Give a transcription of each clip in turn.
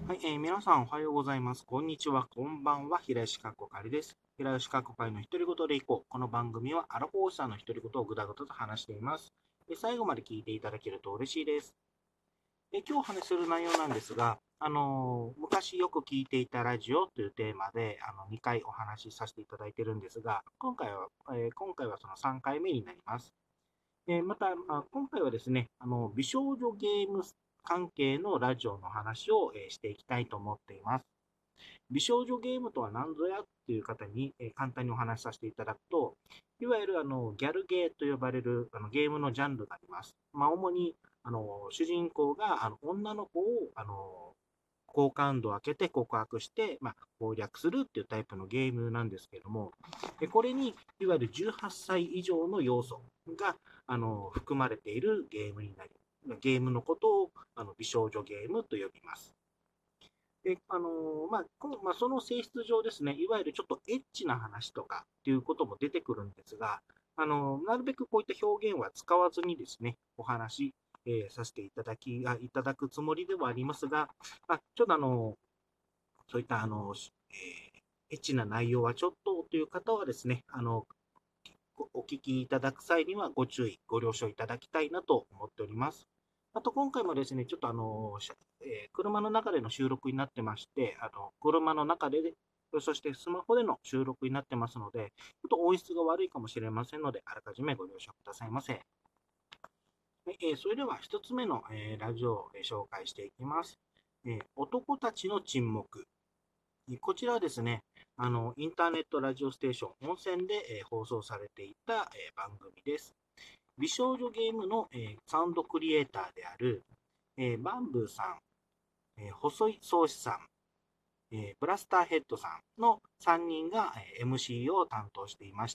はい、皆さんおはようございます。こんにちは、こんばんは。平石かっこかりです。平石かっこかりの独り言でいこう。この番組はアラフォーさんの独り言をぐだぐだと話しています。最後まで聞いていただけると嬉しいです。今日お話しする内容なんですが、昔よく聞いていたラジオというテーマで2回お話しさせていただいているんですが、今回はその3回目になります。また、今回はですね、美少女ゲーム関係のラジオの話を、していきたいと思っています。美少女ゲームとは何ぞやっていう方に、簡単にお話しさせていただくと、いわゆるギャルゲーと呼ばれるゲームのジャンルがあります。主に主人公が女の子を好感度を開けて告白して、攻略するっていうタイプのゲームなんですけれども、これにいわゆる18歳以上の要素が含まれているゲームになり、ゲームのことを美少女ゲームと呼びます。で、その性質上ですね、いわゆるちょっとエッチな話とかっていうことも出てくるんですが、なるべくこういった表現は使わずにですね、お話、させていただくつもりではありますが、ちょっとそういったエッチな内容はちょっとという方はですね、お聞きいただく際にはご注意、ご了承いただきたいなと思っております。あと今回もですね、ちょっと車の中での収録になってまして、車の中で、そしてスマホでの収録になってますので、ちょっと音質が悪いかもしれませんので、あらかじめご了承くださいませ。はい、それでは一つ目の、ラジオを紹介していきます。男たちの沈黙。こちらはですね、インターネットラジオステーション、温泉で、放送されていた、番組です。美少女ゲームの、サウンドクリエイターである、バンブーさん、細井宗志さん、ブラスターヘッドさんの3人が、MC を担当していました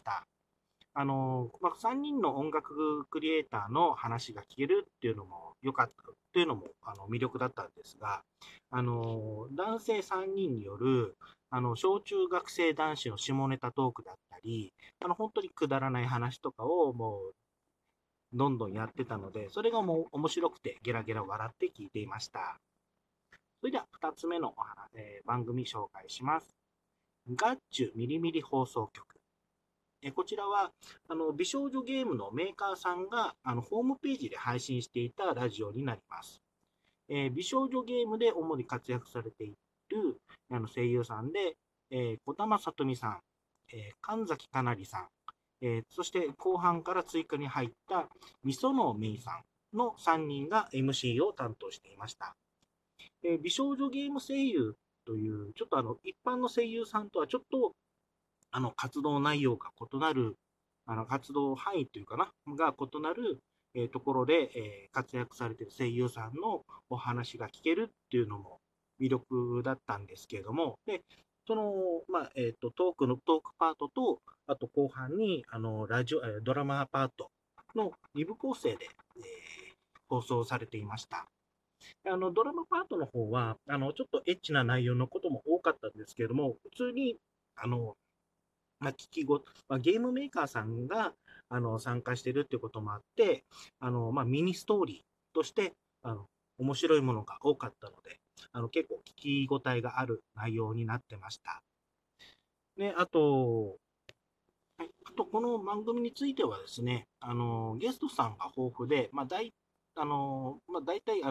。3人の音楽クリエイターの話が聞けるっていうのも良かったっていうのも魅力だったんですが、男性3人による小中学生男子の下ネタトークだったり、本当にくだらない話とかをもうどんどんやってたので、それがもう面白くてゲラゲラ笑って聞いていました。それでは2つ目の番組紹介します。ガッチュミリミリ放送局。こちらは美少女ゲームのメーカーさんがホームページで配信していたラジオになります。美少女ゲームで主に活躍されている声優さんで、小玉さとみさん、神崎かなりさん、そして後半から追加に入ったみそのめいさんの3人が MC を担当していました。美少女ゲーム声優という、ちょっと一般の声優さんとはちょっと活動内容が異なる、活動範囲というかな、が異なる、ところで、活躍されている声優さんのお話が聞けるっていうのも魅力だったんですけれども、で、その、トークパートと、あと後半に、ドラマパートの2部構成で、放送されていました。ドラマパートの方は、ちょっとエッチな内容のことも多かったんですけれども、普通に、あの、聞きご、ゲームメーカーさんが参加しているっていうこともあって、ミニストーリーとして面白いものが多かったので、結構聞き応えがある内容になってました。で、はい、あとこの番組についてはですね、ゲストさんが豊富で、大体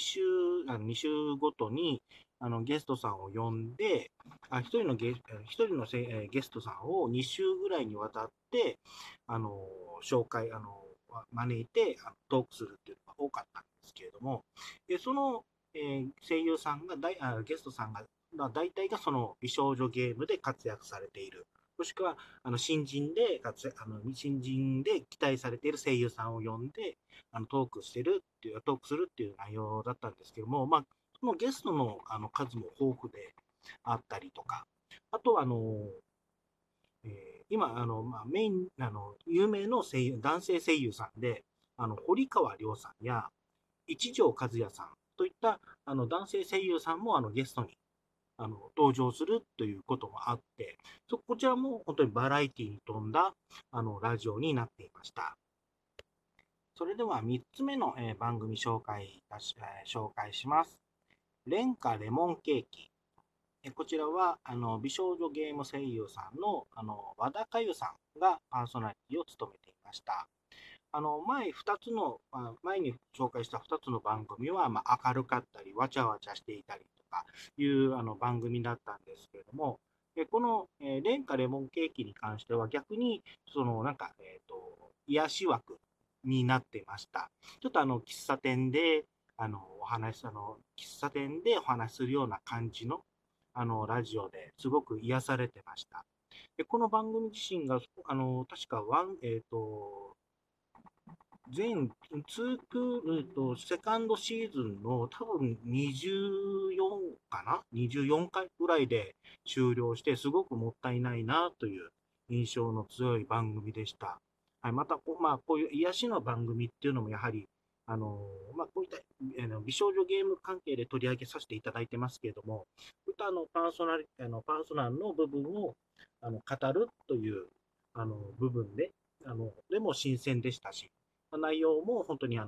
2週ごとにゲストさんを呼んで、一人のゲストさんを2週ぐらいにわたって、あの紹介、招いてトークするっていうのが多かったんですけれども、その、声優さんがゲストさんが、大体がその美少女ゲームで活躍されている。もしくは新人で期待されている声優さんを呼んで、トークするっていう内容だったんですけども、そのゲストの数も豊富であったりとか、あとは今、メイン、有名の男性声優さんで、堀川亮さんや一条和也さんといった男性声優さんもゲストに登場するということもあって、こちらも本当にバラエティに富んだラジオになっていました。それでは3つ目の、番組紹介します。 廉価レモンケーキ。こちらは、美少女ゲーム声優さんの、和田佳代さんがパーソナリティを務めていました。前に紹介した2つの番組は、明るかったり、わちゃわちゃしていたりとかいう番組だったんですけれども、この、廉価レモンケーキに関しては逆に、癒し枠になってました。ちょっと喫茶店で、喫茶店でお話しするような感じの、ラジオですごく癒されてました。この番組自身が、確か全2クールセカンドシーズンの多分24かな ?24 回ぐらいで終了して、すごくもったいないなという印象の強い番組でした。はい、またこういう癒しの番組っていうのもやはり、こういった美少女ゲーム関係で取り上げさせていただいてますけれども、こういったパーソナルの部分を語るという部分で、でも新鮮でしたし、内容も本当に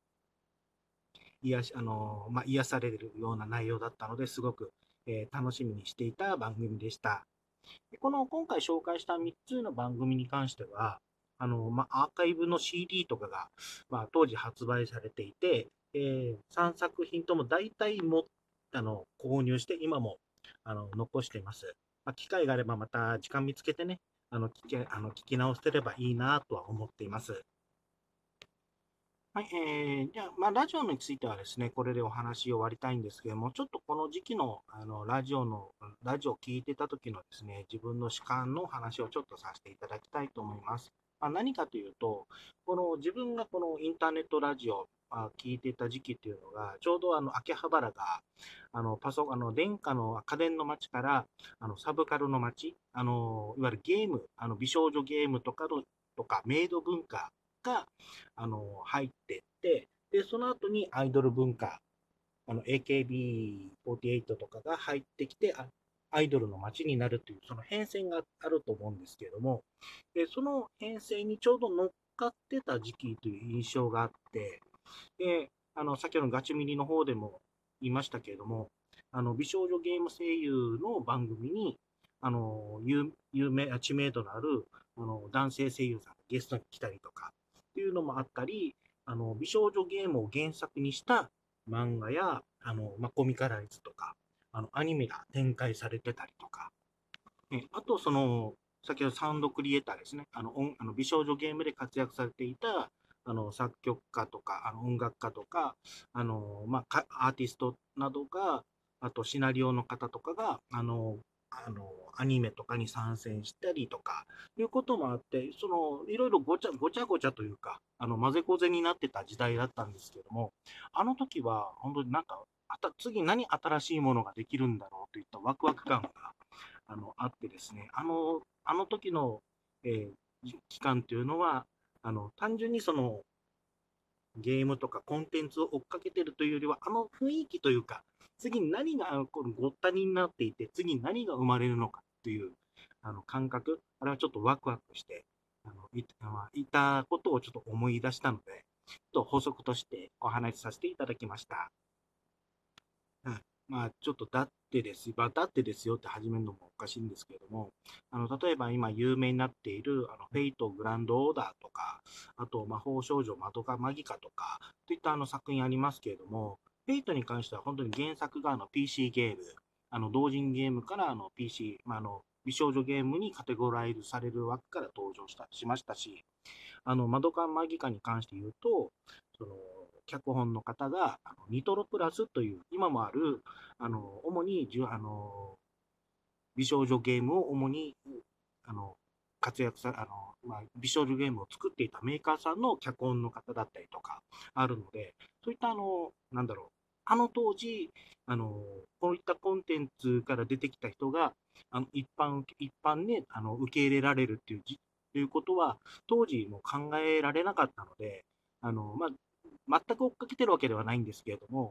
癒されるような内容だったのですごく、楽しみにしていた番組でした。で今回紹介した3つの番組に関しては、アーカイブの CD とかが、当時発売されていて、3作品とも大体購入して今も残しています。機会があればまた時間見つけてね、聞き直せればいいなとは思っています。はい、じゃあ、ラジオについてはですね、これでお話を終わりたいんですけども、ちょっとこの時期の、ラジオを聞いてた時のですね、自分の主観の話をちょっとさせていただきたいと思います。何かというと、自分がこのインターネットラジオ、聞いてた時期っていうのが、ちょうど秋葉原が、電化の家電の街から、サブカルの街、いわゆるゲーム、美少女ゲームとかメイド文化が、入ってって、で、その後にアイドル文化、AKB48 とかが入ってきて、アイドルの街になるという、その変遷があると思うんですけれども、で、その変遷にちょうど乗っかってた時期という印象があって、で、先ほどのガチミリの方でも言いましたけれども、美少女ゲーム声優の番組に、知名度のある、男性声優さんがゲストに来たりとか、っていうのもあったり、美少女ゲームを原作にした漫画や、コミカライズとか、アニメが展開されてたりとか、あと、先ほどサウンドクリエイターですね、美少女ゲームで活躍されていた、作曲家とか、音楽家とか、アーティストなどが、あとシナリオの方とかが、アニメとかに参戦したりとか、いうこともあって、いろいろごちゃごちゃというか、混ぜこぜになってた時代だったんですけども、あの時は、本当になんか、次何新しいものができるんだろうといったワクワク感が、あってですね、あの時の、期間というのは、単純にゲームとかコンテンツを追っかけてるというよりは、雰囲気というか、次に何がこのごったになっていて、次に何が生まれるのかという感覚、あれはちょっとワクワクしていたことをちょっと思い出したので、ちょっと補足としてお話しさせていただきました。はい。ちょっとだってですよって始めるのもおかしいんですけれども、例えば今有名になっている、フェイトグランドオーダーとか、あと、魔法少女マドカマギカとか、といった作品ありますけれども、フェイトに関しては本当に原作がPC ゲーム、同人ゲームからPC、美少女ゲームにカテゴライズされる枠から登場しましたし、マドカマギカに関して言うと、その、脚本の方が、ニトロプラスという、今もある、主に、美少女ゲームを主に、あの、活躍さ、美少女ゲームを作っていたメーカーさんの脚本の方だったりとか、あるので、そういったなんだろう、当時、こういったコンテンツから出てきた人が、一般ね、受け入れられるっていうことは、当時も考えられなかったので、全く追っかけてるわけではないんですけれども、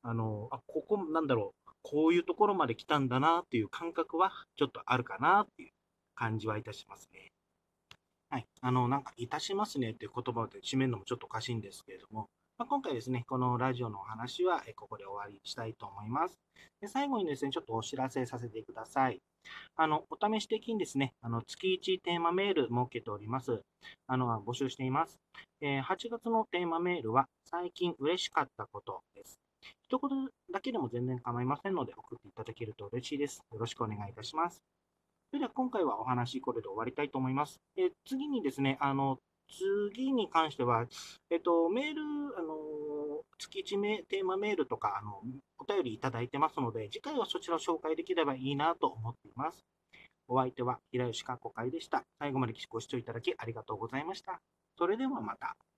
こういうところまで来たんだなっていう感覚はちょっとあるかなっていう感じはいたしますね。はい。いたしますねっていう言葉で締めるのもちょっとおかしいんですけれども、 今回ですね、このラジオのお話はここで終わりにしたいと思います。で最後にですね、ちょっとお知らせさせてください。お試し的にですね、月1テーマメール設けております。募集しています。8月のテーマメールは、最近嬉しかったことです。一言だけでも全然構いませんので、送っていただけると嬉しいです。よろしくお願いいたします。それでは今回はお話これで終わりたいと思います。次にですね、次に関しては、メール、月1テーマメールとか、お便りいただいてますので、次回はそちらを紹介できればいいなと思っています。お相手は平吉かっこかいでした。最後までご視聴いただきありがとうございました。それではまた。